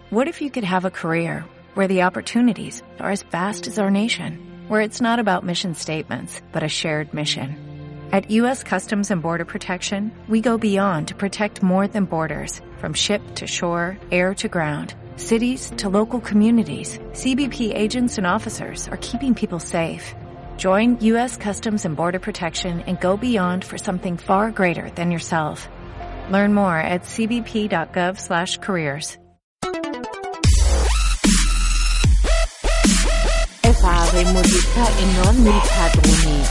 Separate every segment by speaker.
Speaker 1: What if you could have a career where the opportunities are as vast as our nation, where it's not about mission statements, but a shared mission? At U.S. Customs and Border Protection, we go beyond to protect more than borders, from ship to shore, air to ground, cities to local communities. CBP agents and officers are keeping people safe. Join U.S. Customs and Border Protection and go beyond for something far greater than yourself. Learn more at cbp.gov/careers.
Speaker 2: E fare musica e non i padroni.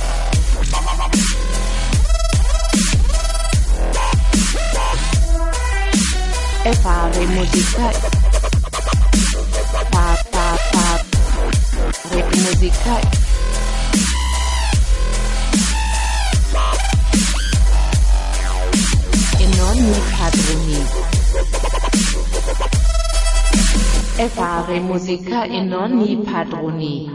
Speaker 2: E fare musica musica e non i padroni. E fare musica e non i padroni.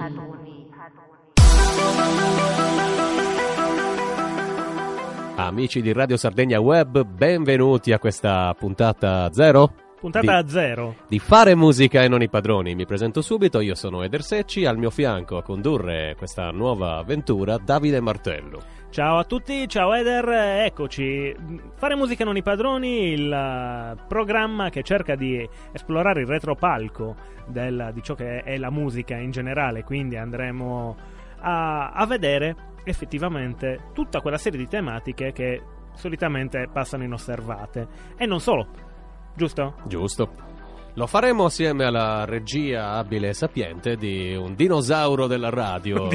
Speaker 3: Amici di Radio Sardegna Web, benvenuti a questa puntata zero.
Speaker 4: Puntata zero
Speaker 3: di Fare Musica e non i padroni. Mi presento subito, io sono Eder Secci, al mio fianco a condurre questa nuova avventura Davide Martello.
Speaker 4: Ciao a tutti, ciao Eder, eccoci. Fare Musica e non i padroni, il programma che cerca di esplorare il retropalco di ciò che è la musica in generale, quindi andremo a vedere effettivamente tutta quella serie di tematiche che solitamente passano inosservate. E non solo, giusto?
Speaker 3: Giusto. Lo faremo assieme alla regia abile e sapiente di un dinosauro della radio,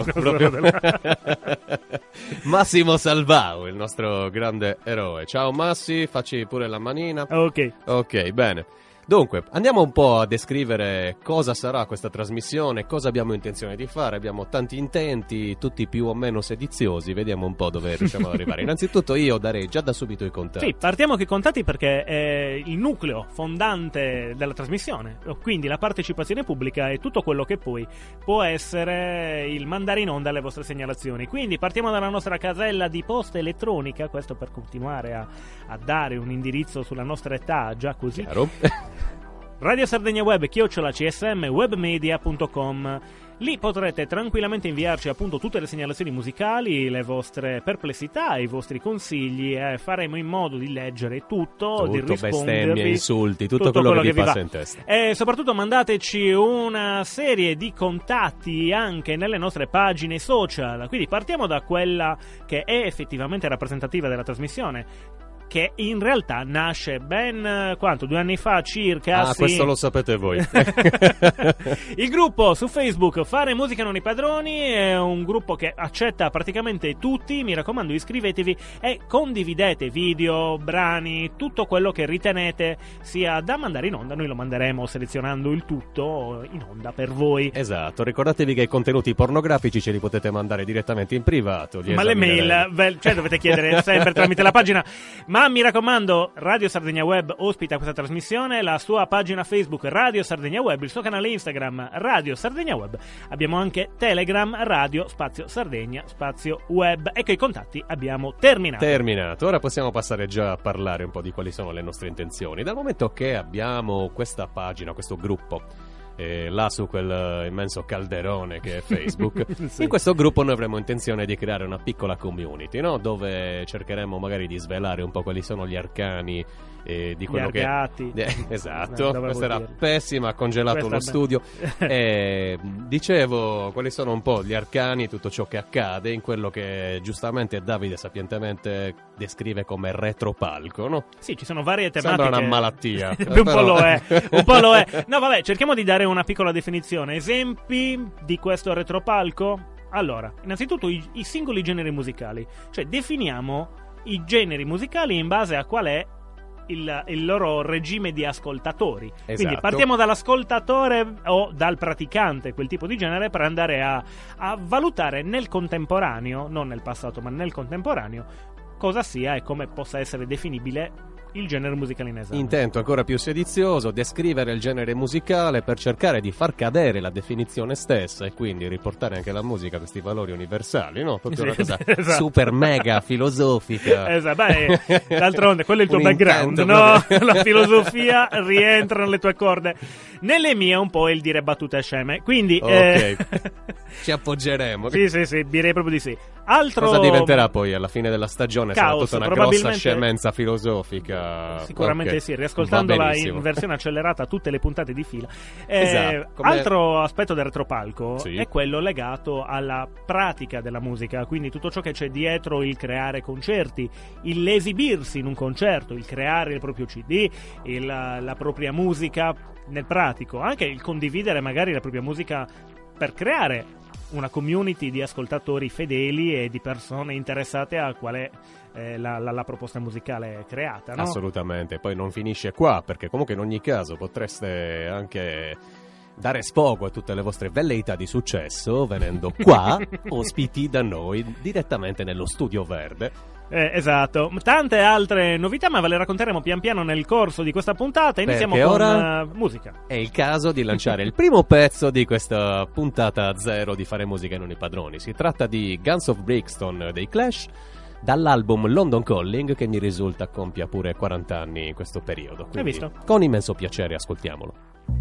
Speaker 3: Massimo Salvao, il nostro grande eroe. Ciao Massi, facci pure la manina. Ok, bene. Dunque, andiamo un po' a descrivere cosa sarà questa trasmissione, cosa abbiamo intenzione di fare. Abbiamo tanti intenti, tutti più o meno sediziosi, vediamo un po' dove riusciamo ad arrivare. Innanzitutto io darei già da subito i contatti.
Speaker 4: Sì, partiamo con i contatti perché è il nucleo fondante della trasmissione, quindi la partecipazione pubblica e tutto quello che poi può essere il mandare in onda le vostre segnalazioni. Quindi partiamo dalla nostra casella di posta elettronica, questo per continuare a dare un indirizzo sulla nostra età, già così.
Speaker 3: Chiaro.
Speaker 4: Radio Sardegna Web @csmwebmedia.com. Lì potrete tranquillamente inviarci appunto tutte le segnalazioni musicali, le vostre perplessità, i vostri consigli, faremo in modo di leggere tutto, di rispondervi,
Speaker 3: bestemmie, insulti, tutto quello che vi passa in testa.
Speaker 4: E soprattutto mandateci una serie di contatti anche nelle nostre pagine social. Quindi partiamo da quella che è effettivamente rappresentativa della trasmissione, che in realtà nasce ben 2 anni fa circa.
Speaker 3: Ah, sì. Questo lo sapete voi.
Speaker 4: Il gruppo su Facebook Fare Musica non i padroni è un gruppo che accetta praticamente tutti. Mi raccomando, iscrivetevi e condividete video, brani, tutto quello che ritenete sia da mandare in onda. Noi lo manderemo selezionando il tutto in onda per voi.
Speaker 3: Esatto, ricordatevi che i contenuti pornografici ce li potete mandare direttamente in privato.
Speaker 4: Ma le mail, cioè dovete chiedere sempre tramite la pagina. Ma mi raccomando, Radio Sardegna Web ospita questa trasmissione, la sua pagina Facebook Radio Sardegna Web, il suo canale Instagram Radio Sardegna Web, abbiamo anche Telegram Radio spazio Sardegna spazio Web. Ecco, i contatti abbiamo terminato.
Speaker 3: Ora possiamo passare già a parlare un po' di quali sono le nostre intenzioni. Dal momento che abbiamo questa pagina, questo gruppo là su quel immenso calderone che è Facebook, sì. In questo gruppo noi avremo intenzione di creare una piccola community, no? Dove cercheremo magari di svelare un po' quali sono gli arcani di quello
Speaker 4: gli argati.
Speaker 3: Esatto, questa era pessima, ha congelato lo studio. Dicevo quali sono un po' gli arcani, tutto ciò che accade in quello che giustamente Davide sapientemente descrive come retropalco, no?
Speaker 4: Sì, ci sono varie tematiche.
Speaker 3: Sembra una malattia.
Speaker 4: un po' lo è. No, vabbè, cerchiamo di dare una piccola definizione. Esempi di questo retropalco? Allora, innanzitutto i singoli generi musicali. Cioè, definiamo i generi musicali in base a qual è il loro regime di ascoltatori.
Speaker 3: Esatto.
Speaker 4: Quindi partiamo dall'ascoltatore o dal praticante quel tipo di genere per andare a valutare nel contemporaneo, non nel passato ma nel contemporaneo, cosa sia e come possa essere definibile il genere musicale in esame.
Speaker 3: Intento ancora più sedizioso, descrivere il genere musicale per cercare di far cadere la definizione stessa e quindi riportare anche la musica a questi valori universali, no? Proprio una cosa
Speaker 4: esatto.
Speaker 3: super mega filosofica.
Speaker 4: Esatto, beh, d'altronde quello è il tuo background, no? La filosofia rientra nelle tue corde. Nelle mie un po' il dire battute sceme, quindi
Speaker 3: ok, ci appoggeremo.
Speaker 4: Sì, direi proprio di sì. Altro...
Speaker 3: Cosa diventerà poi alla fine della stagione?
Speaker 4: Caos,
Speaker 3: sarà tutta una grossa scemenza filosofica.
Speaker 4: Sicuramente
Speaker 3: okay.
Speaker 4: sì, riascoltandola in versione accelerata tutte le puntate di fila.
Speaker 3: Esatto.
Speaker 4: Altro aspetto del retropalco
Speaker 3: sì.
Speaker 4: è quello legato alla pratica della musica, quindi tutto ciò che c'è dietro il creare concerti, l'esibirsi in un concerto, il creare il proprio CD, la propria musica nel pratico, anche il condividere magari la propria musica per creare una community di ascoltatori fedeli e di persone interessate a quale la proposta musicale creata, no?
Speaker 3: Assolutamente, poi non finisce qua, perché comunque in ogni caso potreste anche dare sfogo a tutte le vostre velleità di successo venendo qua ospiti da noi direttamente nello Studio Verde.
Speaker 4: Esatto, tante altre novità, ma ve le racconteremo pian piano nel corso di questa puntata. Iniziamo
Speaker 3: perché
Speaker 4: con
Speaker 3: ora
Speaker 4: musica.
Speaker 3: È il caso di lanciare il primo pezzo di questa puntata zero di Fare Musica e Non i Padroni. Si tratta di Guns of Brixton dei Clash, dall'album London Calling, che mi risulta compia pure 40 anni in questo periodo.
Speaker 4: Hai visto?
Speaker 3: Con immenso piacere ascoltiamolo.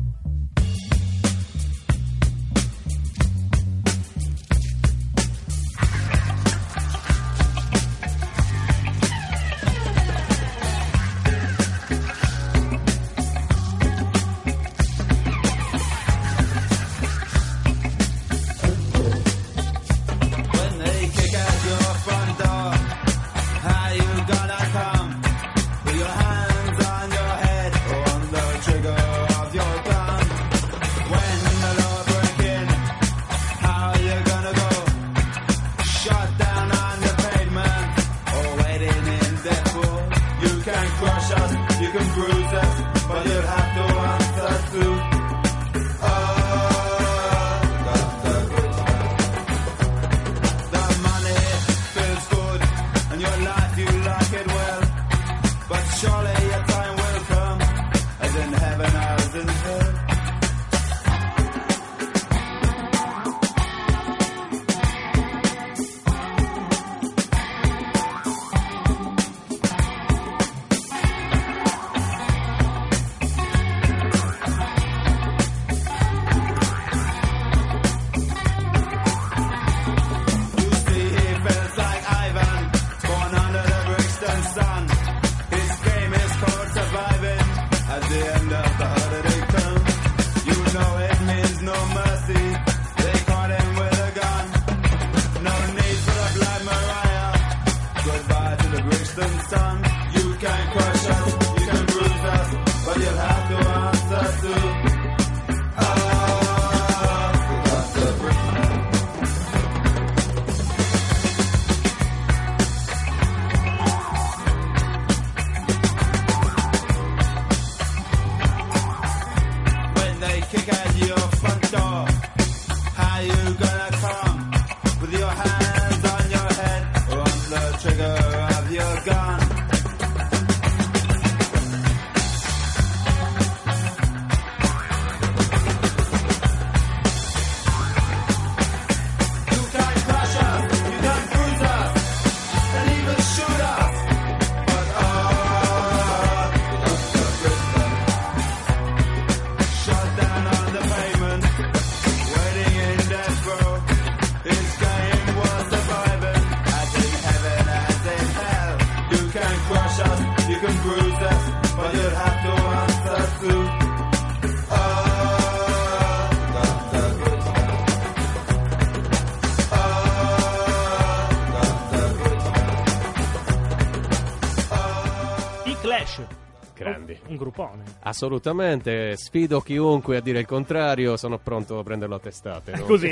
Speaker 4: Grandi. Un gruppone.
Speaker 3: Assolutamente, sfido chiunque a dire il contrario, sono pronto a prenderlo a testate. No?
Speaker 4: Così.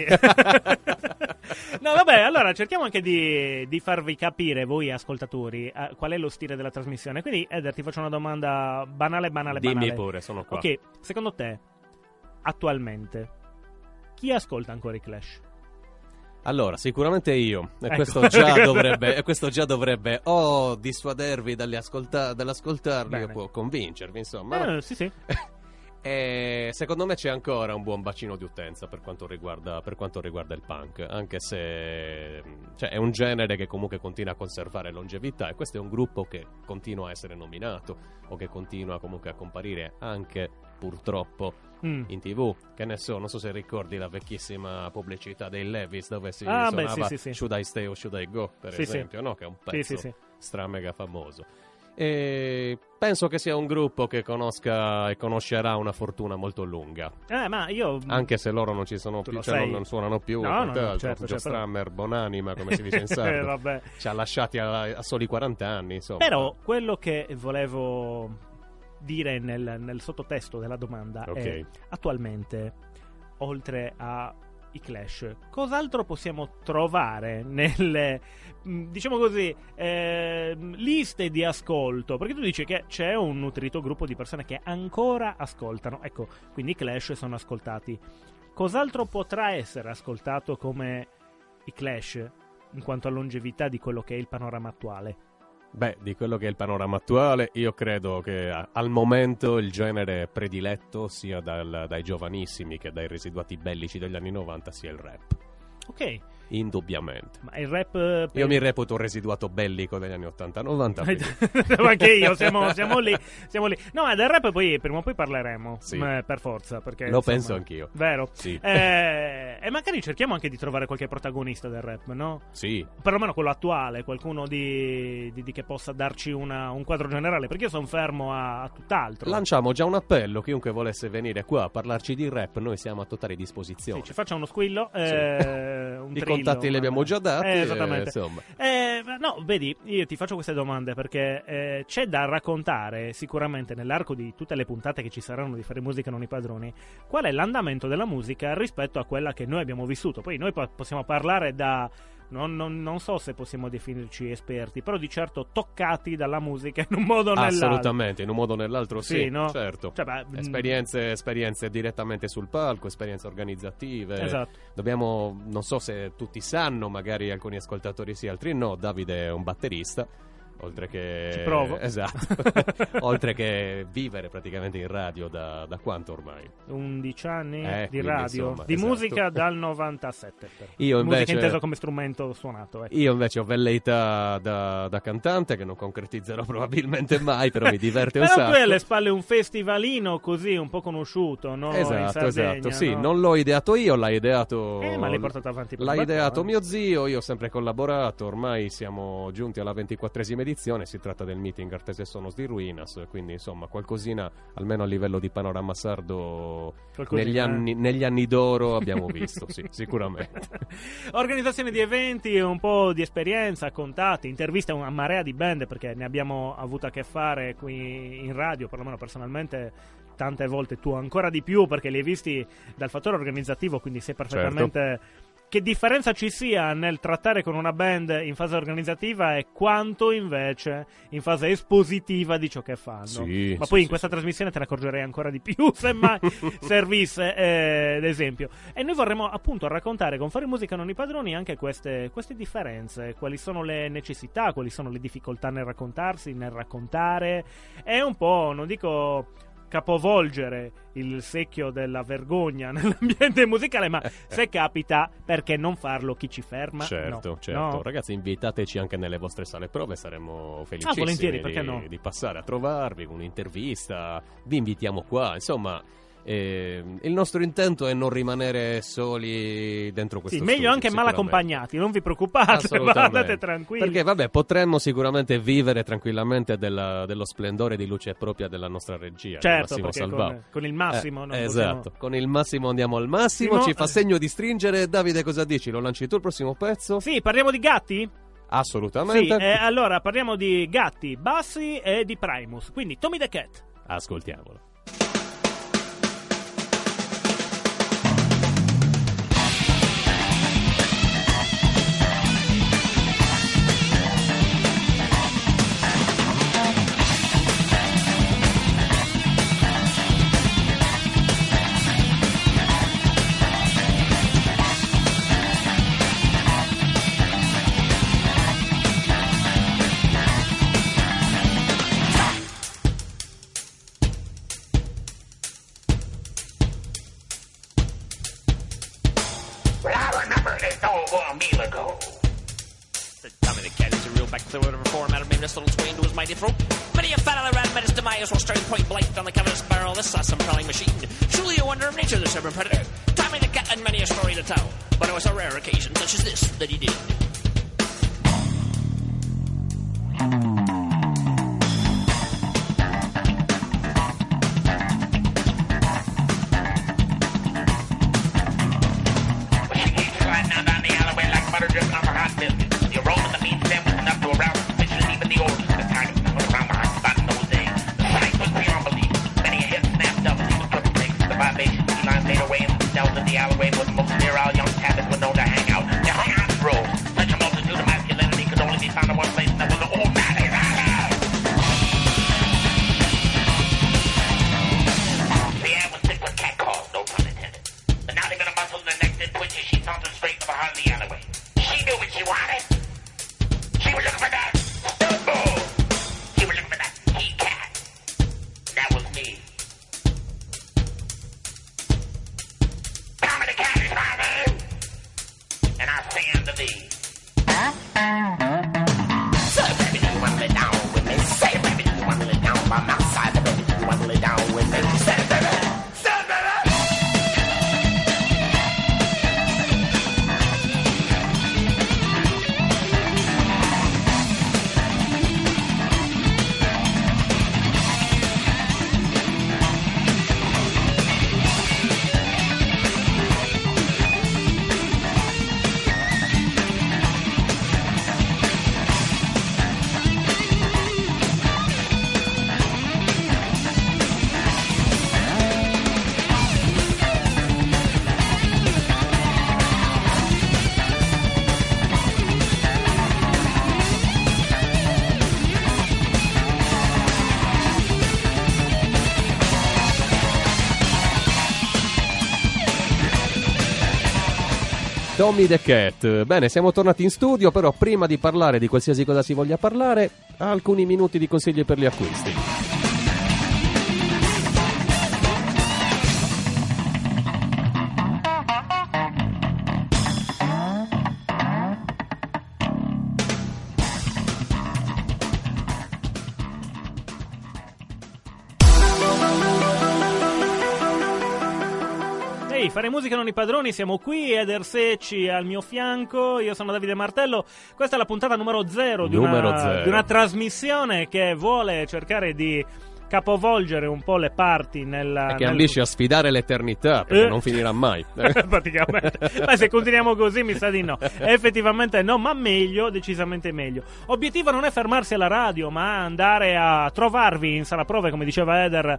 Speaker 4: No, vabbè, allora cerchiamo anche di farvi capire, voi ascoltatori, qual è lo stile della trasmissione. Quindi, Eder, ti faccio una domanda banale.
Speaker 3: Dimmi pure, sono qua.
Speaker 4: Ok, secondo te, attualmente, chi ascolta ancora i Clash?
Speaker 3: Allora, sicuramente io, e
Speaker 4: Ecco.
Speaker 3: questo già dovrebbe o dissuadervi dall'ascoltarli
Speaker 4: Bene.
Speaker 3: o può convincervi, insomma.
Speaker 4: Sì.
Speaker 3: E secondo me c'è ancora un buon bacino di utenza per quanto riguarda il punk, anche se è un genere che comunque continua a conservare longevità, e questo è un gruppo che continua a essere nominato o che continua comunque a comparire anche purtroppo in TV. Che ne so, non so se ricordi la vecchissima pubblicità dei Levi's dove si suonava
Speaker 4: sì.
Speaker 3: Should I Stay or Should I Go, per esempio, no? Che è un pezzo stramega famoso. E penso che sia un gruppo che conosca e conoscerà una fortuna molto lunga.
Speaker 4: Ma io...
Speaker 3: Anche se loro non ci sono più, non suonano più.
Speaker 4: No,
Speaker 3: certo. Joe Strummer, buonanima, come si dice in sardo,
Speaker 4: vabbè.
Speaker 3: ci ha lasciati a soli 40 anni, insomma.
Speaker 4: Però quello che volevo dire nel sottotesto della domanda è: attualmente, oltre a i Clash, cos'altro possiamo trovare nelle, diciamo così, liste di ascolto? Perché tu dici che c'è un nutrito gruppo di persone che ancora ascoltano, ecco, quindi i Clash sono ascoltati. Cos'altro potrà essere ascoltato come i Clash in quanto a longevità di quello che è il panorama attuale?
Speaker 3: Beh, di quello che è il panorama attuale, io credo che al momento il genere prediletto sia dai giovanissimi che dai residuati bellici degli anni 90 sia il rap.
Speaker 4: Ok.
Speaker 3: Indubbiamente.
Speaker 4: Ma il rap...
Speaker 3: Io mi reputo un residuato bellico degli anni 80-90.
Speaker 4: Anche io, siamo lì. No, ma del rap poi prima o poi parleremo,
Speaker 3: sì.
Speaker 4: Per forza, perché
Speaker 3: lo penso anch'io.
Speaker 4: Vero?
Speaker 3: Sì.
Speaker 4: E magari cerchiamo anche di trovare qualche protagonista del rap, no?
Speaker 3: Sì.
Speaker 4: Perlomeno quello attuale, qualcuno di che possa darci un quadro generale, perché io sono fermo a tutt'altro.
Speaker 3: Lanciamo già un appello: chiunque volesse venire qua a parlarci di rap, noi siamo a totale disposizione.
Speaker 4: Sì, ci faccia uno squillo, un
Speaker 3: I contatti li abbiamo già dati.
Speaker 4: Esattamente.
Speaker 3: Insomma.
Speaker 4: No, vedi, io ti faccio queste domande perché c'è da raccontare sicuramente nell'arco di tutte le puntate che ci saranno di Fare Musica Non i Padroni qual è l'andamento della musica rispetto a quella che noi abbiamo vissuto. Poi noi possiamo parlare da... Non so se possiamo definirci esperti, però di certo toccati dalla musica in un modo o nell'altro.
Speaker 3: Assolutamente, in un modo o nell'altro sì,
Speaker 4: no?
Speaker 3: Certo. Esperienze direttamente sul palco, esperienze organizzative.
Speaker 4: Esatto.
Speaker 3: Dobbiamo, non so se tutti sanno, magari alcuni ascoltatori sì, altri no, Davide è un batterista. Oltre che...
Speaker 4: Ci provo.
Speaker 3: Esatto. Oltre che vivere praticamente in radio da quanto ormai?
Speaker 4: 11 anni di
Speaker 3: quindi,
Speaker 4: radio,
Speaker 3: insomma,
Speaker 4: di
Speaker 3: esatto.
Speaker 4: musica dal 97.
Speaker 3: Io invece,
Speaker 4: musica intesa come strumento suonato.
Speaker 3: Io invece ho velleità da cantante, che non concretizzerò probabilmente mai, però mi diverte un
Speaker 4: però
Speaker 3: sacco.
Speaker 4: Però tu hai alle spalle un festivalino così un po' conosciuto, no?
Speaker 3: Esatto,
Speaker 4: in Sardegna,
Speaker 3: esatto. Sì,
Speaker 4: no?
Speaker 3: non l'ho ideato io, l'ha ideato...
Speaker 4: ma l'hai portato avanti per
Speaker 3: l'ha
Speaker 4: un bel po',
Speaker 3: ideato mio zio, io ho sempre collaborato, ormai siamo giunti alla 24esima edizione, si tratta del meeting Artese Sonos di Ruinas, quindi insomma qualcosina, almeno a livello di panorama sardo, negli anni d'oro abbiamo visto, sì, sicuramente.
Speaker 4: Organizzazione di eventi, un po' di esperienza, contatti, interviste a una marea di band, perché ne abbiamo avuto a che fare qui in radio, perlomeno personalmente tante volte, tu ancora di più, perché li hai visti dal fattore organizzativo, quindi sai perfettamente...
Speaker 3: Certo.
Speaker 4: Che differenza ci sia nel trattare con una band in fase organizzativa e quanto invece in fase espositiva di ciò che fanno.
Speaker 3: Sì,
Speaker 4: ma poi in
Speaker 3: sì,
Speaker 4: questa trasmissione te ne accorgerei ancora di più, se mai servisse d'esempio. E noi vorremmo appunto raccontare con Fare Musica Non i Padroni anche queste differenze, quali sono le necessità, quali sono le difficoltà nel raccontarsi, nel raccontare, e un po', non dico... capovolgere il secchio della vergogna nell'ambiente musicale, ma se capita, perché non farlo? Chi ci ferma?
Speaker 3: Certo.
Speaker 4: No.
Speaker 3: Ragazzi, invitateci anche nelle vostre sale prove, saremo felicissimi
Speaker 4: volentieri, perché no?
Speaker 3: di passare a trovarvi con un'intervista, vi invitiamo qua, insomma. Il nostro intento è non rimanere soli dentro questo studio.
Speaker 4: Meglio anche mal accompagnati, non vi preoccupate, andate tranquilli.
Speaker 3: Perché vabbè, potremmo sicuramente vivere tranquillamente dello splendore di luce propria della nostra regia.
Speaker 4: Certo,
Speaker 3: Massimo
Speaker 4: perché con il massimo
Speaker 3: esatto, con il massimo andiamo al massimo. Ci fa segno di stringere. Davide, cosa dici? Lo lanci tu il prossimo pezzo?
Speaker 4: Sì, parliamo di gatti?
Speaker 3: Assolutamente.
Speaker 4: Sì, allora parliamo di gatti, bassi e di Primus, quindi Tommy the Cat.
Speaker 3: Ascoltiamolo.
Speaker 5: over a meal ago. Tommy the cat is a real back through of reform out of me, this little swing to his mighty throat. Many a fat on the rat met his demise while staring point blank on the cavernous barrel of this awesome prowling machine. Truly a wonder of nature, this urban predator. Tommy the cat had many a story to tell, but it was a rare occasion such as this that he did.
Speaker 3: Tommy the Cat. Bene, siamo tornati in studio, però prima di parlare di qualsiasi cosa si voglia parlare, alcuni minuti di consigli per gli acquisti.
Speaker 4: Fare musica non i padroni, siamo qui, Eder Secci al mio fianco, io sono Davide Martello, questa è la puntata numero 0 di una trasmissione che vuole cercare di capovolgere un po' le parti
Speaker 3: e che ambisce a sfidare l'eternità, perché non finirà mai.
Speaker 4: Praticamente. Ma se continuiamo così mi sa di no. Effettivamente no, ma meglio, decisamente meglio. Obiettivo non è fermarsi alla radio, ma andare a trovarvi in sala prove, come diceva Eder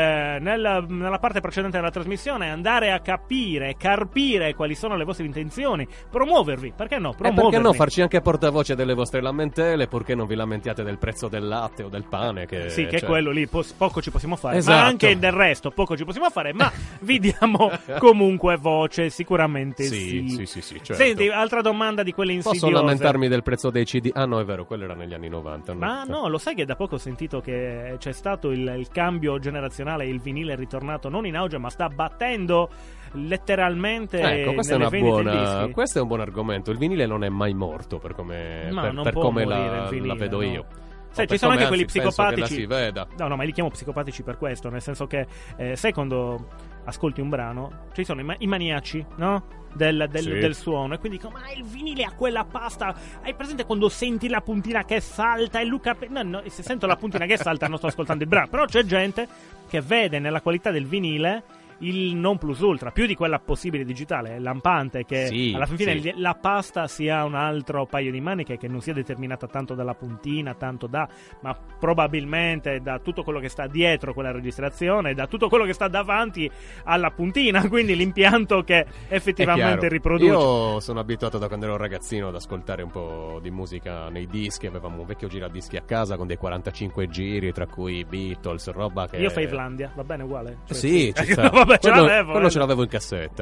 Speaker 4: nella parte precedente della trasmissione, andare a carpire quali sono le vostre intenzioni, promuovervi, perché no?
Speaker 3: Perché no, farci anche portavoce delle vostre lamentele, purché non vi lamentiate del prezzo del latte o del pane, che
Speaker 4: sì, che è quello lì. Poco ci possiamo fare,
Speaker 3: esatto.
Speaker 4: Ma anche del resto poco ci possiamo fare, ma vi diamo comunque voce, sicuramente sì.
Speaker 3: Certo.
Speaker 4: Senti, altra domanda di quelle insidiose.
Speaker 3: Posso lamentarmi del prezzo dei CD? Ah no, è vero, quello era negli anni 90.
Speaker 4: Ma no, lo sai che da poco ho sentito che c'è stato il cambio generazionale, il vinile è ritornato non in auge, ma sta battendo letteralmente.
Speaker 3: Ecco, questo è un buon argomento. Il vinile non è mai morto per come la vedo io.
Speaker 4: Ci sono anche quelli psicopatici.
Speaker 3: Che la si veda.
Speaker 4: No, ma li chiamo psicopatici per questo, nel senso che sai quando ascolti un brano, ci sono i maniaci, no? Del suono, e quindi dico, ma il vinile ha quella pasta. Hai presente quando senti la puntina che salta e Luca no, se sento la puntina che salta non sto ascoltando il brano. Però c'è gente che vede nella qualità del vinile il non plus ultra, più di quella possibile digitale, lampante, che alla fine la pasta sia un altro paio di maniche, che non sia determinata tanto dalla puntina, ma probabilmente da tutto quello che sta dietro quella registrazione, da tutto quello che sta davanti alla puntina, quindi l'impianto che effettivamente riproduce.
Speaker 3: Io sono abituato da quando ero ragazzino ad ascoltare un po' di musica nei dischi, avevamo un vecchio giradischi a casa con dei 45 giri, tra cui Beatles, roba che...
Speaker 4: Io Favelandia, va bene uguale?
Speaker 3: Sì, ci sta.
Speaker 4: vabbè,
Speaker 3: quello ce l'avevo in cassetta.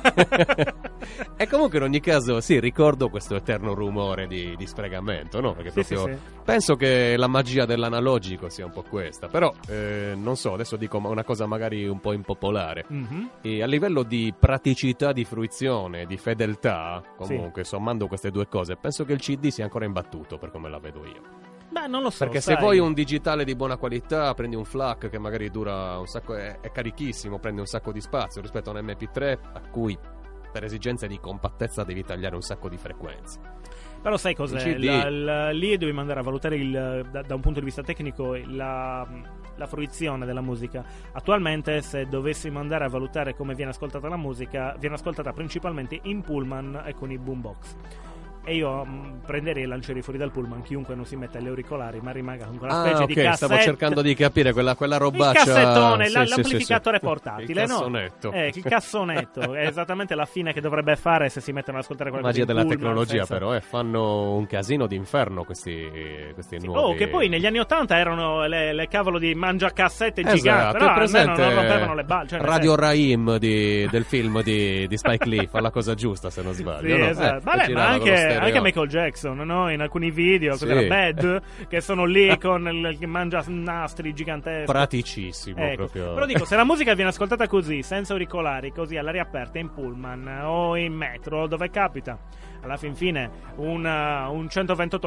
Speaker 3: E comunque in ogni caso sì, ricordo questo eterno rumore di sfregamento, no? Perché proprio penso che la magia dell'analogico sia un po' questa. Però non so, adesso dico una cosa magari un po' impopolare. E a livello di praticità di fruizione, di fedeltà, comunque sommando queste due cose, penso che il CD sia ancora imbattuto per come la vedo io.
Speaker 4: Beh, non lo so.
Speaker 3: Perché se vuoi un digitale di buona qualità, prendi un FLAC che magari dura un sacco, è carichissimo, prende un sacco di spazio rispetto a un MP3 a cui per esigenze di compattezza devi tagliare un sacco di frequenze.
Speaker 4: Però sai cos'è? Lì devi andare a valutare da un punto di vista tecnico la fruizione della musica. Attualmente, se dovessimo andare a valutare come viene ascoltata la musica, viene ascoltata principalmente in pullman e con i boombox. E io prenderei e lancerei fuori dal pullman chiunque non si metta gli auricolari, ma rimanga con quella specie di cassette.
Speaker 3: Stavo cercando di capire quella robaccia.
Speaker 4: Il cassettone, l'amplificatore portatile,
Speaker 3: il cassonetto.
Speaker 4: No? Il cassonetto è esattamente la fine che dovrebbe fare se si mettono ad ascoltare qualcosa.
Speaker 3: Magia della
Speaker 4: pullman,
Speaker 3: tecnologia, però, fanno un casino d'inferno questi nuovi.
Speaker 4: Che poi negli anni 80 erano le cavolo di mangiacassette giganti, però almeno non rompevano le balle. Cioè
Speaker 3: Radio Raim del film di Spike Lee fa la cosa giusta, se non sbaglio.
Speaker 4: Sì, esatto. Ma anche Michael Jackson, no? In alcuni video, cos'era Bad, che sono lì con il mangia nastri gigantesco.
Speaker 3: Praticissimo, proprio.
Speaker 4: Però dico, se la musica viene ascoltata così, senza auricolari, così all'aria aperta, in pullman o in metro, dove capita, alla fin fine un 128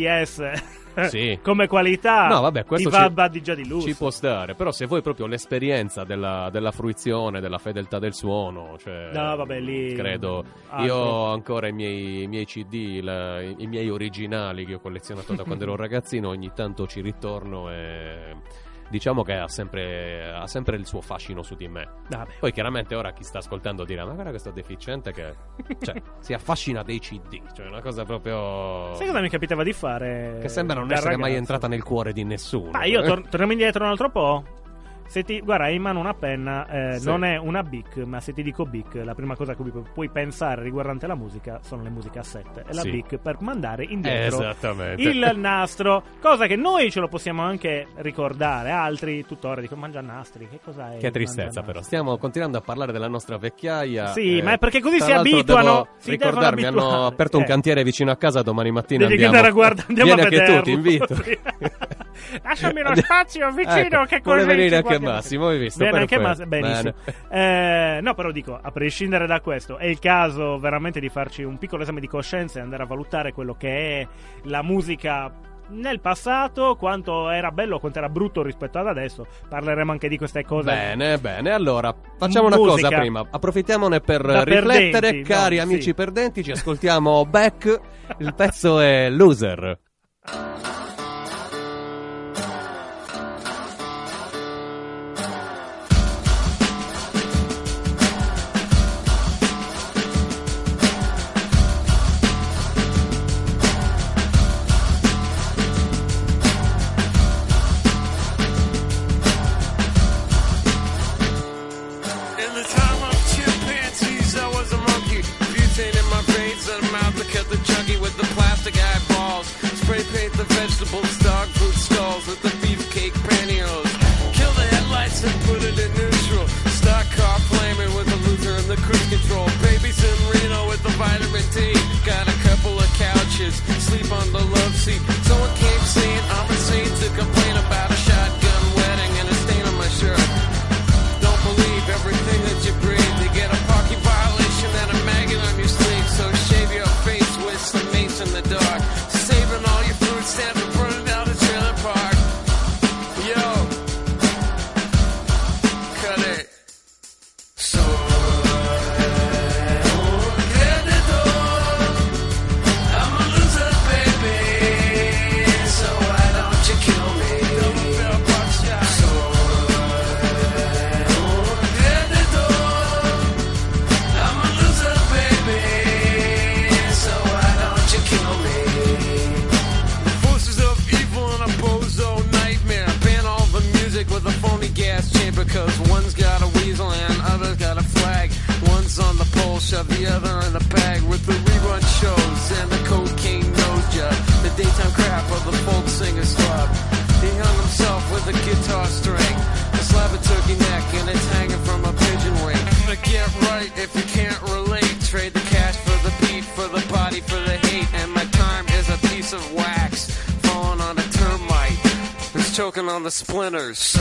Speaker 4: kbps come qualità,
Speaker 3: no, vabbè, questo
Speaker 4: va già di lusso.
Speaker 3: Ci può stare, però se vuoi proprio l'esperienza della fruizione, della fedeltà del suono, cioè,
Speaker 4: no, vabbè, lì
Speaker 3: credo altro. Io ho ancora i miei CD, i miei originali che ho collezionato da quando ero un ragazzino, ogni tanto ci ritorno e diciamo che ha sempre il suo fascino su di me. Poi chiaramente ora chi sta ascoltando dirà: ma guarda questo deficiente che si affascina dei CD, cioè una cosa proprio.
Speaker 4: Sai cosa mi capitava di fare?
Speaker 3: Che sembra non essere mai entrata nel cuore di nessuno.
Speaker 4: Ma io torniamo indietro un altro po'. Guarda, hai in mano una penna, non è una Bic, ma se ti dico Bic, la prima cosa a cui puoi pensare riguardante la musica sono le musicassette. E la Bic per mandare indietro il nastro, cosa che noi ce lo possiamo anche ricordare, altri tuttora dicono mangia nastri, che cosa è?
Speaker 3: Che tristezza, però stiamo continuando a parlare della nostra vecchiaia.
Speaker 4: Sì, ma è perché così si abituano.
Speaker 3: Ricordarmi, hanno aperto un cantiere vicino a casa, domani mattina
Speaker 4: andiamo a
Speaker 3: vieni
Speaker 4: a
Speaker 3: anche
Speaker 4: vederlo.
Speaker 3: tu, ti invito.
Speaker 4: Lasciami uno spazio vicino, che
Speaker 3: vuole venire anche Massimo, hai visto?
Speaker 4: Bene, anche Massimo, benissimo. No, però dico, a prescindere da questo, è il caso veramente di farci un piccolo esame di coscienza e andare a valutare quello che è la musica nel passato, quanto era bello, quanto era brutto rispetto ad adesso. Parleremo anche di queste cose.
Speaker 3: Bene, allora facciamo una cosa prima, approfittiamone per riflettere, perdenti, cari amici perdenti, ci ascoltiamo Beck, il pezzo è Loser.
Speaker 6: Sleep on the love seat. Someone came saying I'm insane to complain about a shotgun wedding and a stain on my shirt. Don't believe everything that you breathe. You get a parking violation and a maggot on your sleeve. So shave your face with some mace in the dark. Saving all your food stamps and burning down the trailer park. Yo, cut it. So because one's got a weasel and other's got a flag. One's on the pole, shove the other in the bag with the rerun shows and the cocaine nose job. The daytime crap of the folk singer's club. He hung himself with a guitar string, a slab of turkey neck, and it's hanging from a pigeon. choking on the splinters.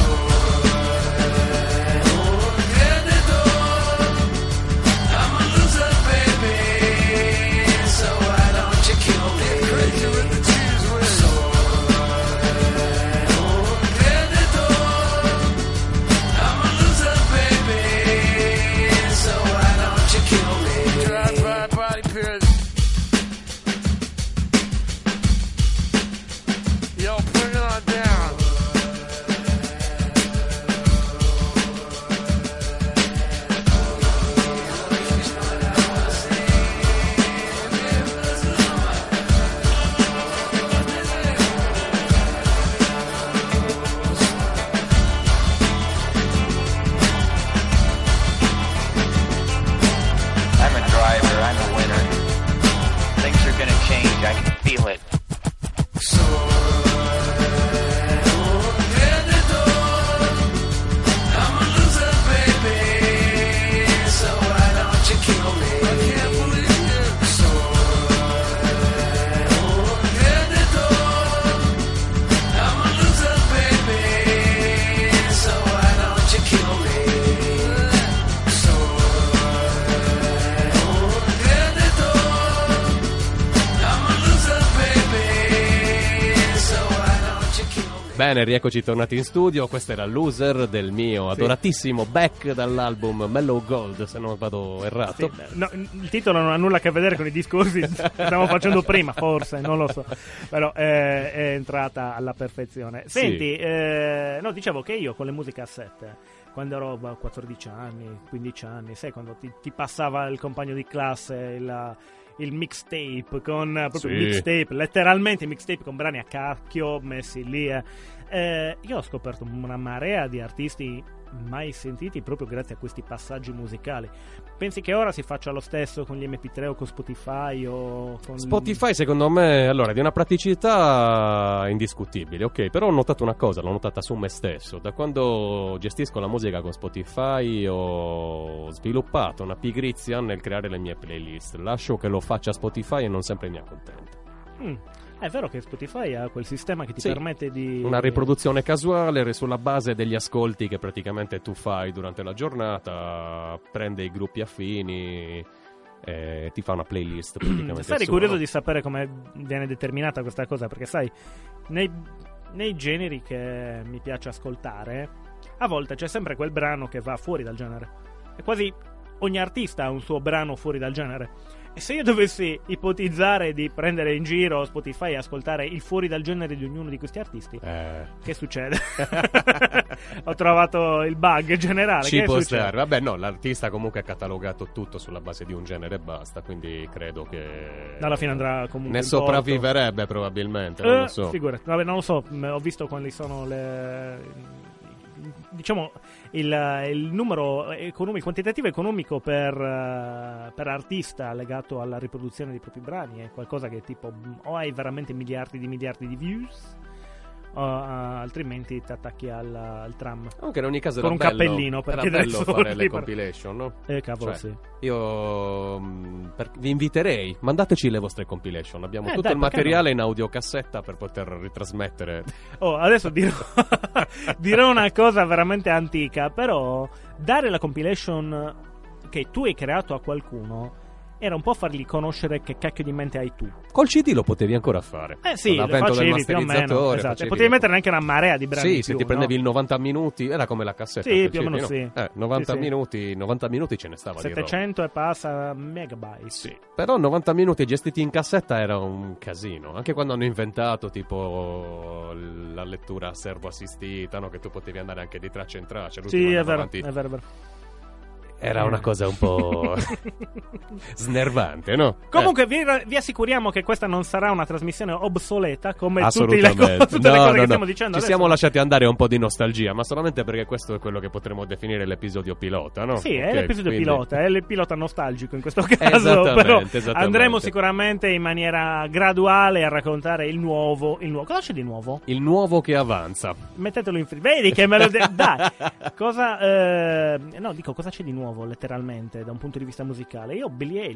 Speaker 3: Bene, rieccoci tornati in studio. Questo era Loser del mio adoratissimo Beck dall'album Mellow Gold, se non vado errato.
Speaker 4: Sì, no, il titolo non ha nulla a che vedere con i discorsi che stavamo facendo prima, forse, non lo so. Però è entrata alla perfezione. Senti, no, dicevo che io con le musicassette, quando ero a 14 anni, 15 anni, sai, quando ti passava il compagno di classe il mixtape con proprio mixtape, letteralmente mixtape con brani a cacchio messi lì. Io ho scoperto una marea di artisti mai sentiti proprio grazie a questi passaggi musicali. Pensi che ora si faccia lo stesso con gli MP3 o con Spotify o con...
Speaker 3: Spotify secondo me allora è di una praticità indiscutibile, ok, però ho notato una cosa, l'ho notata su me stesso. Da quando gestisco la musica con Spotify ho sviluppato una pigrizia nel creare le mie playlist. Lascio che lo faccia Spotify e non sempre mi accontento.
Speaker 4: È vero che Spotify ha quel sistema che ti permette di...
Speaker 3: una riproduzione casuale sulla base degli ascolti che praticamente tu fai durante la giornata, prende i gruppi affini e ti fa una playlist praticamente.
Speaker 4: Sarei curioso di sapere come viene determinata questa cosa, perché sai, nei generi che mi piace ascoltare, a volte c'è sempre quel brano che va fuori dal genere. E quasi ogni artista ha un suo brano fuori dal genere. E se io dovessi ipotizzare di prendere in giro Spotify e ascoltare il fuori dal genere di ognuno di questi artisti, che succede? Ho trovato il bug generale.
Speaker 3: Ci può stare. Vabbè, no, l'artista comunque ha catalogato tutto sulla base di un genere e basta, quindi credo che
Speaker 4: alla fine andrà comunque
Speaker 3: ne sopravviverebbe probabilmente, non lo so.
Speaker 4: Figurati, vabbè, non lo so, ho visto quali sono diciamo il numero economico, quantitativo economico per artista legato alla riproduzione dei propri brani è qualcosa che tipo o hai veramente miliardi di views altrimenti ti attacchi al tram.
Speaker 3: Anche in ogni caso
Speaker 4: con un cappellino, perché
Speaker 3: era bello fare le compilation, no?
Speaker 4: Cavolo, sì.
Speaker 3: Io vi inviterei, mandateci le vostre compilation. Abbiamo tutto il materiale in audiocassetta per poter ritrasmettere.
Speaker 4: Adesso dirò una cosa veramente antica, però dare la compilation che tu hai creato a qualcuno era un po' fargli conoscere che cacchio di mente hai tu.
Speaker 3: Col CD lo potevi ancora fare.
Speaker 4: Sì, lo facevi più o meno, esatto. E potevi mettere anche una marea di brani.
Speaker 3: Sì, se ti prendevi il 90 minuti, era come la cassetta.
Speaker 4: Sì, più o meno sì.
Speaker 3: 90 minuti ce ne stava
Speaker 4: 700 e passa megabyte.
Speaker 3: Sì, però 90 minuti gestiti in cassetta era un casino. Anche quando hanno inventato tipo la lettura servo assistita, no? Che tu potevi andare anche di traccia in traccia.
Speaker 4: Sì, è vero, è vero.
Speaker 3: Era una cosa un po' snervante, no?
Speaker 4: Comunque vi assicuriamo che questa non sarà una trasmissione obsoleta come tutte le cose che stiamo dicendo.
Speaker 3: Ci siamo lasciati andare un po' di nostalgia, ma solamente perché questo è quello che potremmo definire l'episodio pilota, no?
Speaker 4: Sì, è l'episodio pilota, è il pilota nostalgico in questo caso. Però andremo sicuramente in maniera graduale a raccontare il nuovo. Cosa c'è di nuovo?
Speaker 3: Il nuovo che avanza.
Speaker 4: Mettetelo in vedi che me lo dai. Cosa c'è di nuovo letteralmente da un punto di vista musicale? Io Billie Eilish.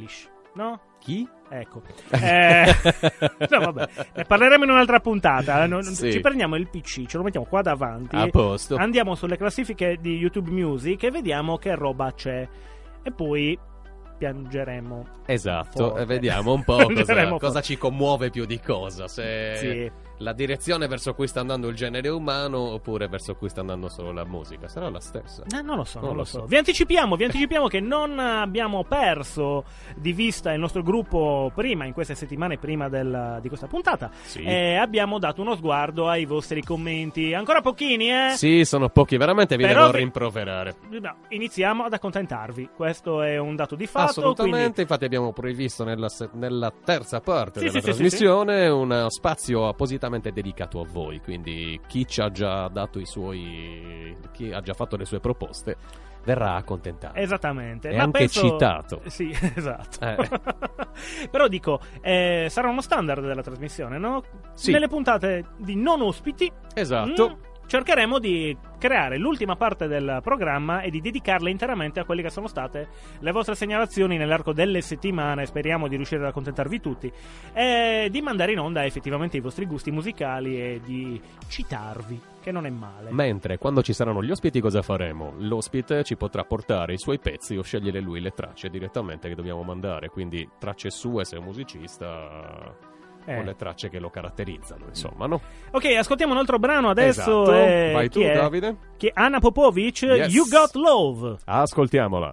Speaker 4: No?
Speaker 3: Chi?
Speaker 4: Ecco. No, vabbè. Ne parleremo in un'altra puntata.
Speaker 3: Sì.
Speaker 4: Ci prendiamo il PC, ce lo mettiamo qua davanti.
Speaker 3: A posto.
Speaker 4: Andiamo sulle classifiche di YouTube Music e vediamo che roba c'è. E poi piangeremo.
Speaker 3: Esatto,
Speaker 4: forte.
Speaker 3: E vediamo un po' cosa ci commuove più di cosa. Se
Speaker 4: sì.
Speaker 3: La direzione verso cui sta andando il genere umano oppure verso cui sta andando solo la musica. Sarà la stessa?
Speaker 4: Non lo so. Vi anticipiamo che non abbiamo perso di vista il nostro gruppo prima, in queste settimane prima di questa puntata.
Speaker 3: Sì.
Speaker 4: E abbiamo dato uno sguardo ai vostri commenti. Ancora pochini, eh?
Speaker 3: Sì, sono pochi, veramente vi devo rimproverare.
Speaker 4: No, iniziamo ad accontentarvi. Questo è un dato di fatto.
Speaker 3: Assolutamente,
Speaker 4: quindi...
Speaker 3: infatti abbiamo previsto nella terza parte della trasmissione uno spazio appositamente dedicato a voi, quindi chi ci ha già dato chi ha già fatto le sue proposte verrà accontentato.
Speaker 4: Esattamente.
Speaker 3: E anche citato.
Speaker 4: Sì, esatto. Però dico, sarà uno standard della trasmissione, no?
Speaker 3: Sì.
Speaker 4: Nelle puntate di non ospiti.
Speaker 3: Esatto.
Speaker 4: Cercheremo di creare l'ultima parte del programma e di dedicarla interamente a quelle che sono state le vostre segnalazioni nell'arco delle settimane. Speriamo di riuscire ad accontentarvi tutti e di mandare in onda effettivamente i vostri gusti musicali e di citarvi, che non è male.
Speaker 3: Mentre quando ci saranno gli ospiti cosa faremo? L'ospite ci potrà portare i suoi pezzi o scegliere lui le tracce direttamente che dobbiamo mandare, quindi tracce sue se è un musicista... con le tracce che lo caratterizzano, insomma, no?
Speaker 4: Ok, ascoltiamo un altro brano adesso.
Speaker 3: Esatto. Vai tu, Davide.
Speaker 4: Che è Anna Popovic,
Speaker 3: Yes.
Speaker 4: You Got Love.
Speaker 3: Ascoltiamola.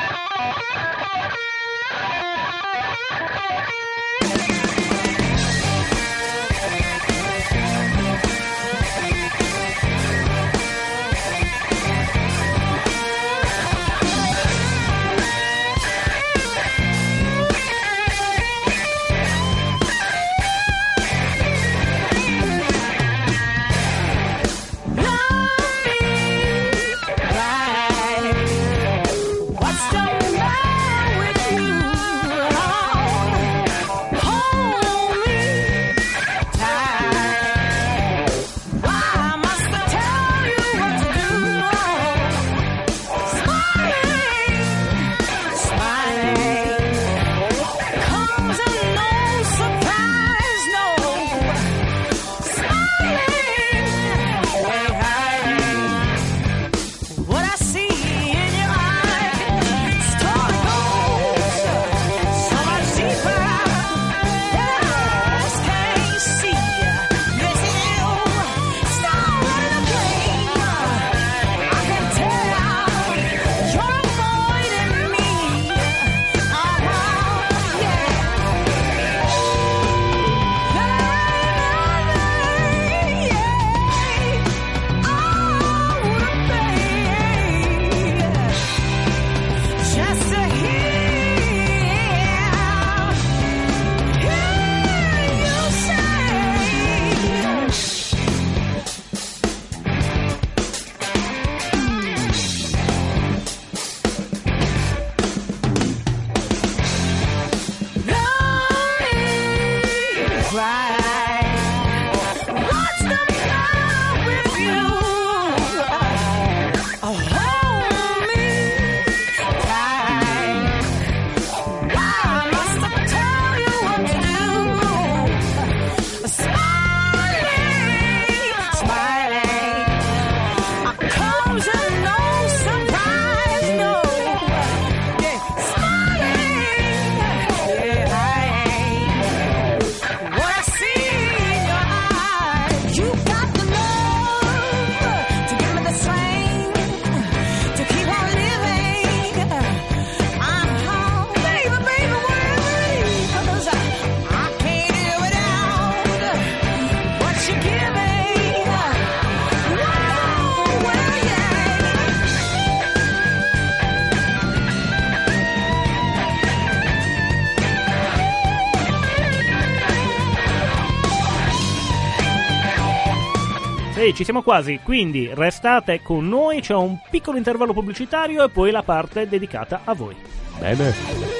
Speaker 4: Ehi, ci siamo quasi, quindi restate con noi, c'è un piccolo intervallo pubblicitario e poi la parte dedicata a voi.
Speaker 3: Bene.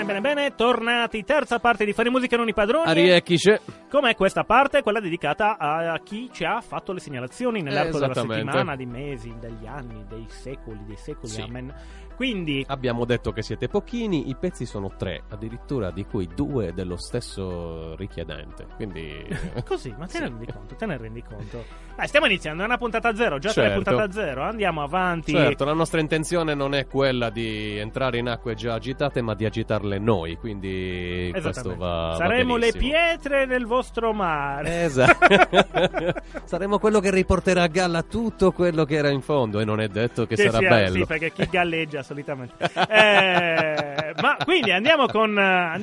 Speaker 4: Bene, tornati, terza parte di Fare Musica Non i Padroni.
Speaker 3: Ariecchice.
Speaker 4: Com'è questa parte? Quella dedicata a chi ci ha fatto le segnalazioni nell'arco della settimana, di mesi, degli anni, dei secoli, sì. Amen. Quindi
Speaker 3: abbiamo detto che siete pochini, i pezzi sono 3, addirittura di cui 2 dello stesso richiedente. Quindi
Speaker 4: così, ma te ne rendi conto? Stiamo iniziando, è una puntata zero, già 3 puntate a zero, andiamo avanti.
Speaker 3: Certo, la nostra intenzione non è quella di entrare in acque già agitate, ma di agitarle noi, quindi questo va
Speaker 4: saremo
Speaker 3: va
Speaker 4: le pietre nel vostro mare.
Speaker 3: Esatto. Saremo quello che riporterà a galla tutto quello che era in fondo, e non è detto che sarà bello.
Speaker 4: Sì, perché chi galleggia solitamente. Ma quindi andiamo con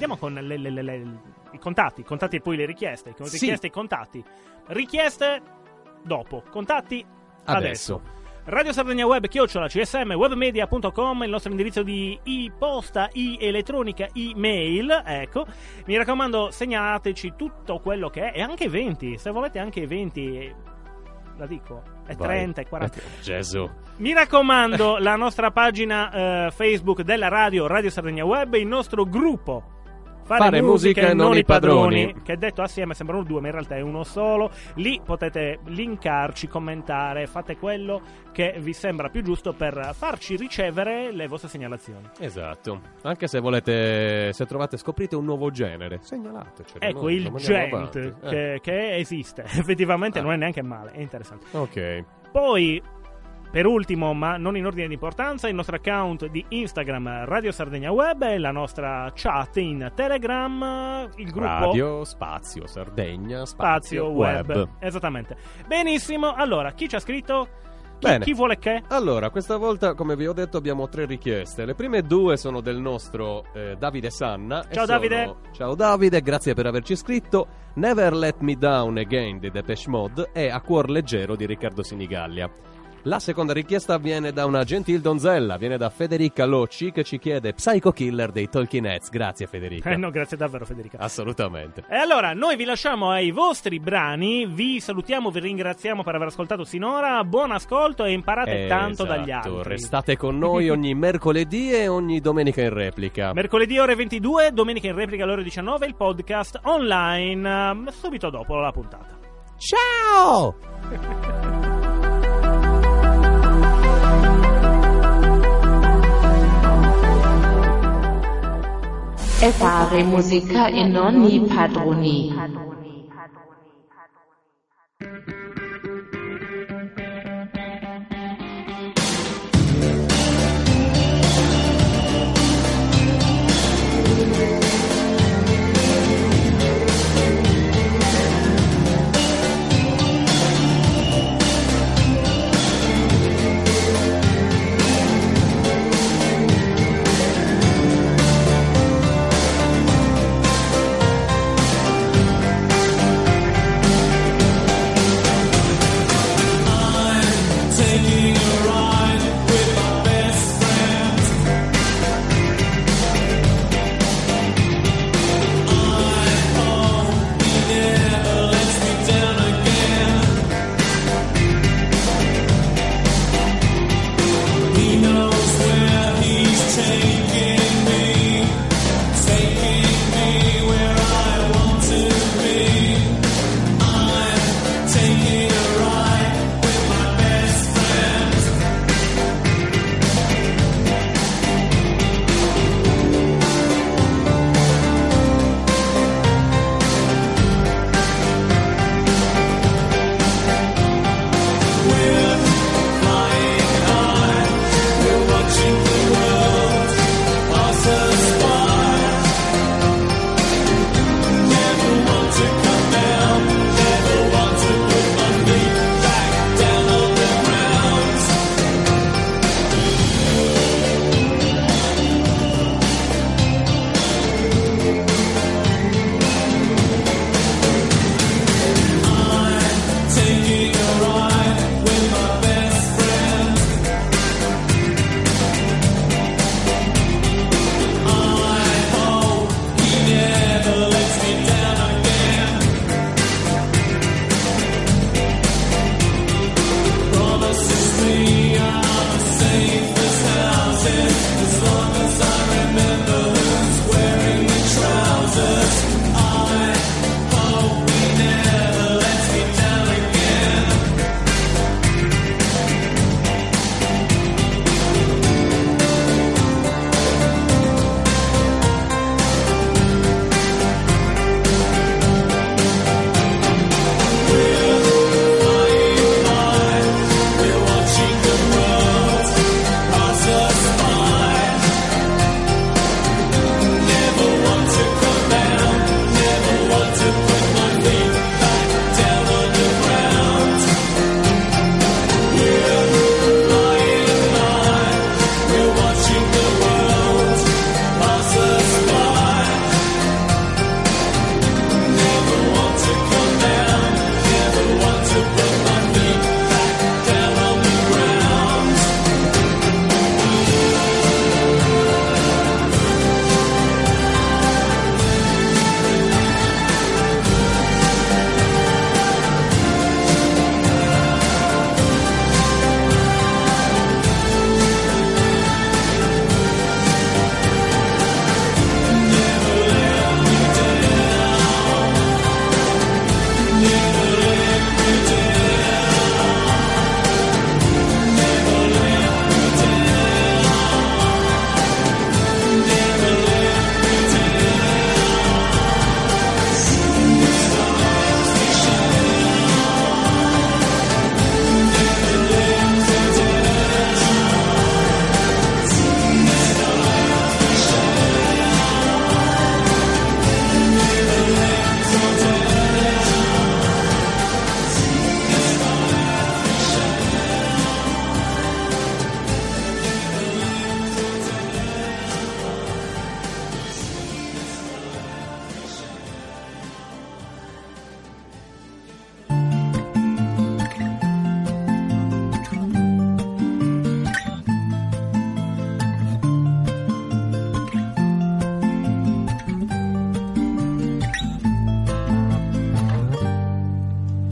Speaker 4: i contatti e poi le richieste. Richieste e contatti. Richieste dopo, contatti adesso. Radio Sardegna Web @csmwebmedia.com, il nostro indirizzo di posta, elettronica, email. Ecco, mi raccomando, segnateci tutto quello che è, e anche eventi, se volete anche eventi, la dico, è 30 e 40.
Speaker 3: Gesù.
Speaker 4: Mi raccomando, la nostra pagina Facebook della Radio Sardegna Web, il nostro gruppo Fare musica e non i padroni, che detto assieme sembrano 2, ma in realtà è uno solo. Lì potete linkarci, commentare, fate quello che vi sembra più giusto per farci ricevere le vostre segnalazioni.
Speaker 3: Esatto. Anche se scoprite un nuovo genere, segnalateci.
Speaker 4: Ecco, il gent che esiste. Effettivamente non è neanche male, è interessante.
Speaker 3: Ok.
Speaker 4: Poi, per ultimo, ma non in ordine di importanza, il nostro account di Instagram Radio Sardegna Web, la nostra chat in Telegram, il gruppo
Speaker 3: Radio Spazio Sardegna Spazio Web.
Speaker 4: Esattamente. Benissimo, allora, chi ci ha scritto? Chi vuole che?
Speaker 3: Allora, questa volta, come vi ho detto, abbiamo 3 richieste. Le prime 2 sono del nostro Davide Sanna.
Speaker 4: Ciao Davide.
Speaker 3: Ciao Davide, grazie per averci scritto. Never Let Me Down Again di Depeche Mode e A Cuor Leggero di Riccardo Sinigallia. La seconda richiesta viene da una gentil donzella, viene da Federica Locci, che ci chiede Psycho Killer dei Talking Heads. Grazie Federica.
Speaker 4: No, grazie davvero Federica.
Speaker 3: Assolutamente.
Speaker 4: E allora, noi vi lasciamo ai vostri brani, vi salutiamo, vi ringraziamo per aver ascoltato sinora, buon ascolto e imparate tanto dagli altri.
Speaker 3: Restate con noi ogni mercoledì e ogni domenica in replica.
Speaker 4: Mercoledì ore 22, domenica in replica alle ore 19, il podcast online, subito dopo la puntata.
Speaker 3: Ciao!
Speaker 2: E Fare Musica e Non i Padroni.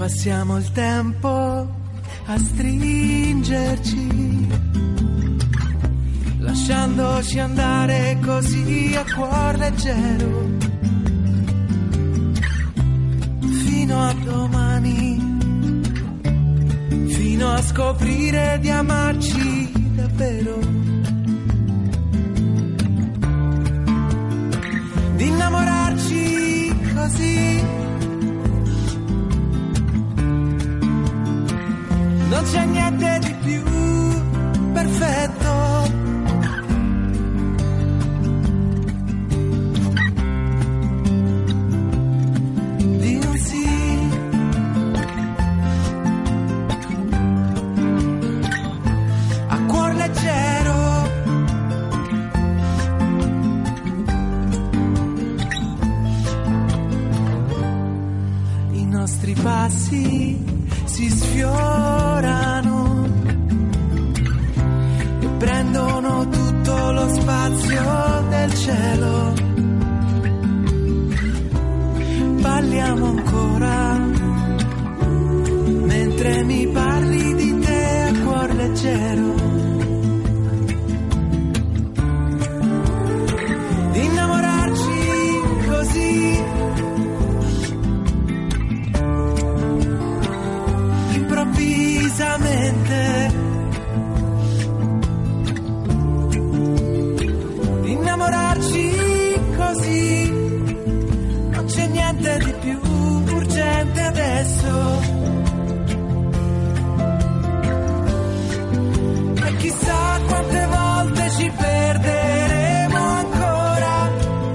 Speaker 7: passiamo il tempo a stringerci, lasciandoci andare così a cuor leggero, fino a domani, fino a scoprire di amarci davvero, di innamorarci così. Non c'è niente di più perfetto, di un sì a cuor leggero, i nostri passi si sfiorano e prendono tutto lo spazio del cielo. Balliamo ancora mentre mi parli di te a cuor leggero, di innamorarci così, improvvisamente, di innamorarci così. Non c'è niente di più urgente adesso, e chissà quante volte ci perderemo ancora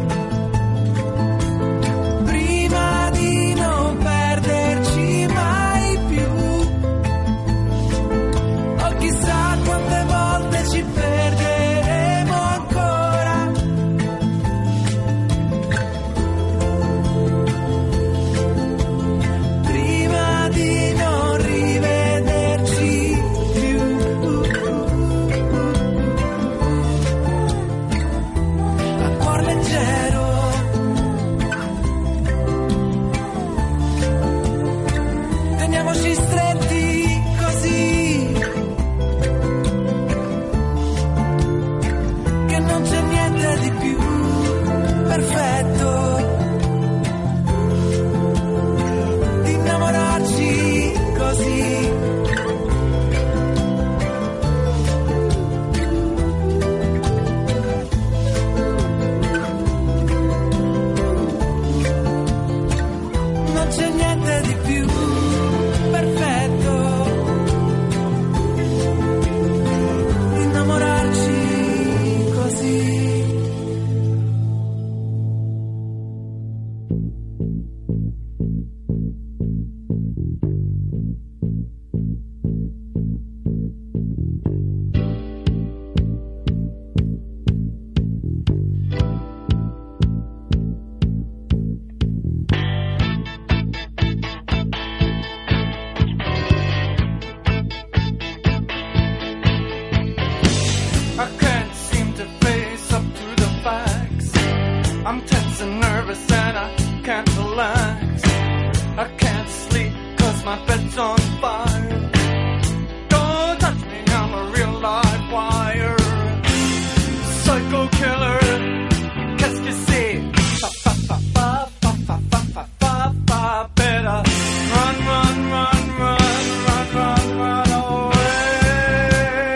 Speaker 7: prima di non perderci mai più. O chissà quante volte ci perderemo ancora prima di non rivederci più. A cuor leggero, teniamoci stretti così, che non c'è niente di più perfetto, di innamorarci così. Non c'è niente di più perfetto, di innamorarci così.
Speaker 8: I can't seem to face up to the facts. I'm tense and nervous and I can't relax. I can't sleep 'cause my bed's on fire. Don't touch me, I'm a real live wire. Psycho killer, qu'est-ce que c'est? Fa fa fa fa fa fa fa fa fa fa. Better run, run, run, run, run, run, run away.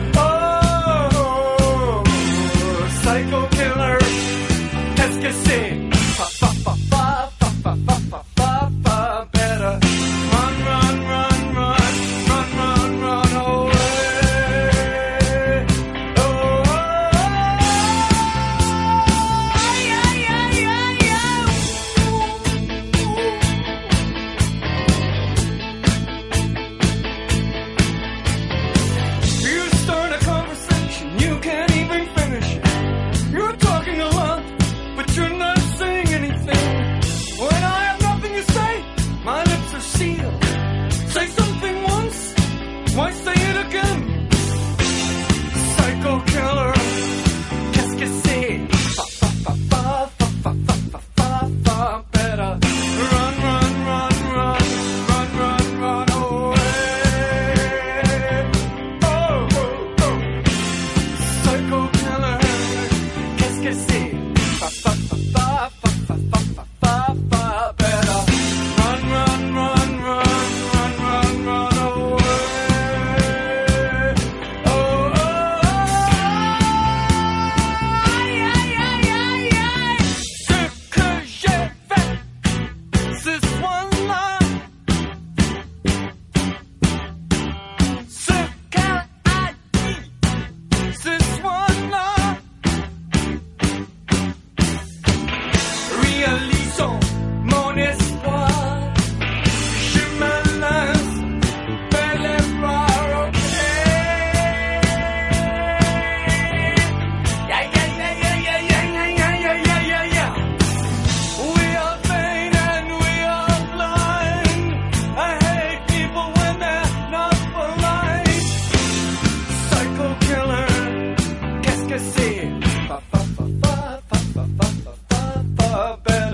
Speaker 8: Oh, psycho killer, qu'est-ce que c'est? Fa fa fa fa fa fa fa fa fa fa. Better run, run, run, run,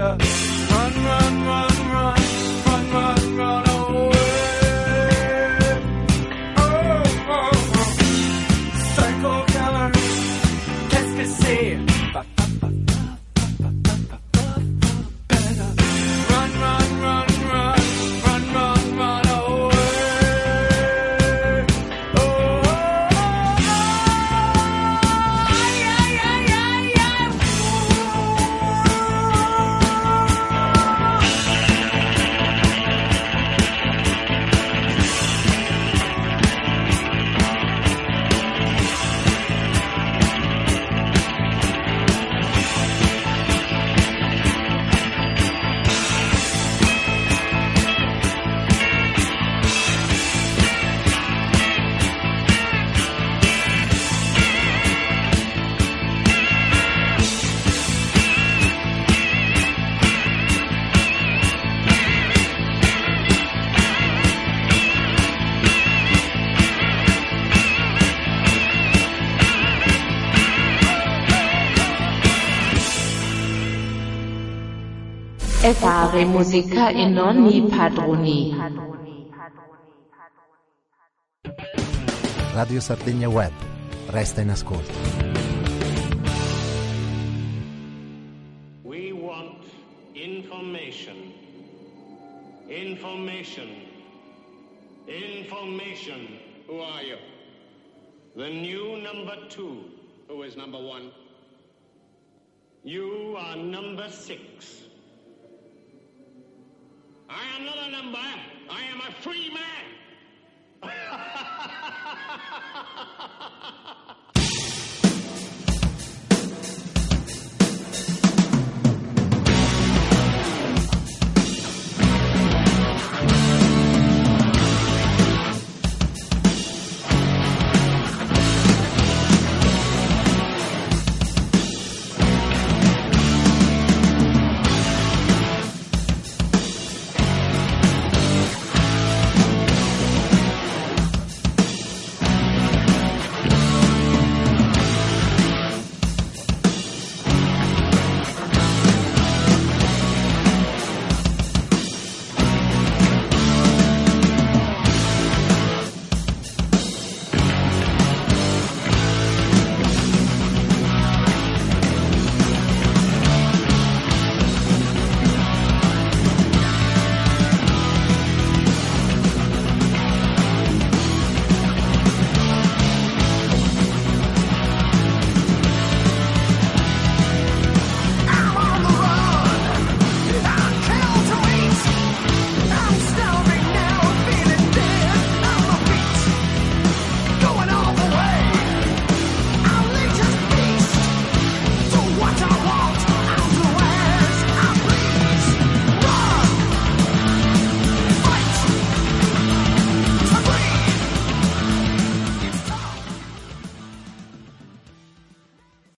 Speaker 8: better run, run, run, run, run, run, run away. Oh, oh, oh. Psycho killer, qu'est-ce que c'est? Better run, run, run, run, run, run, run away. Oh, oh, oh, ay, ay, ay, ay, ay.
Speaker 2: E fare musica e non i padroni.
Speaker 9: Radio Sardegna Web. Resta in ascolto.
Speaker 10: We want information. Information. Information. Who are you? The new number 2. Who is number 1? You are number 6. I am not a number. I am a free man.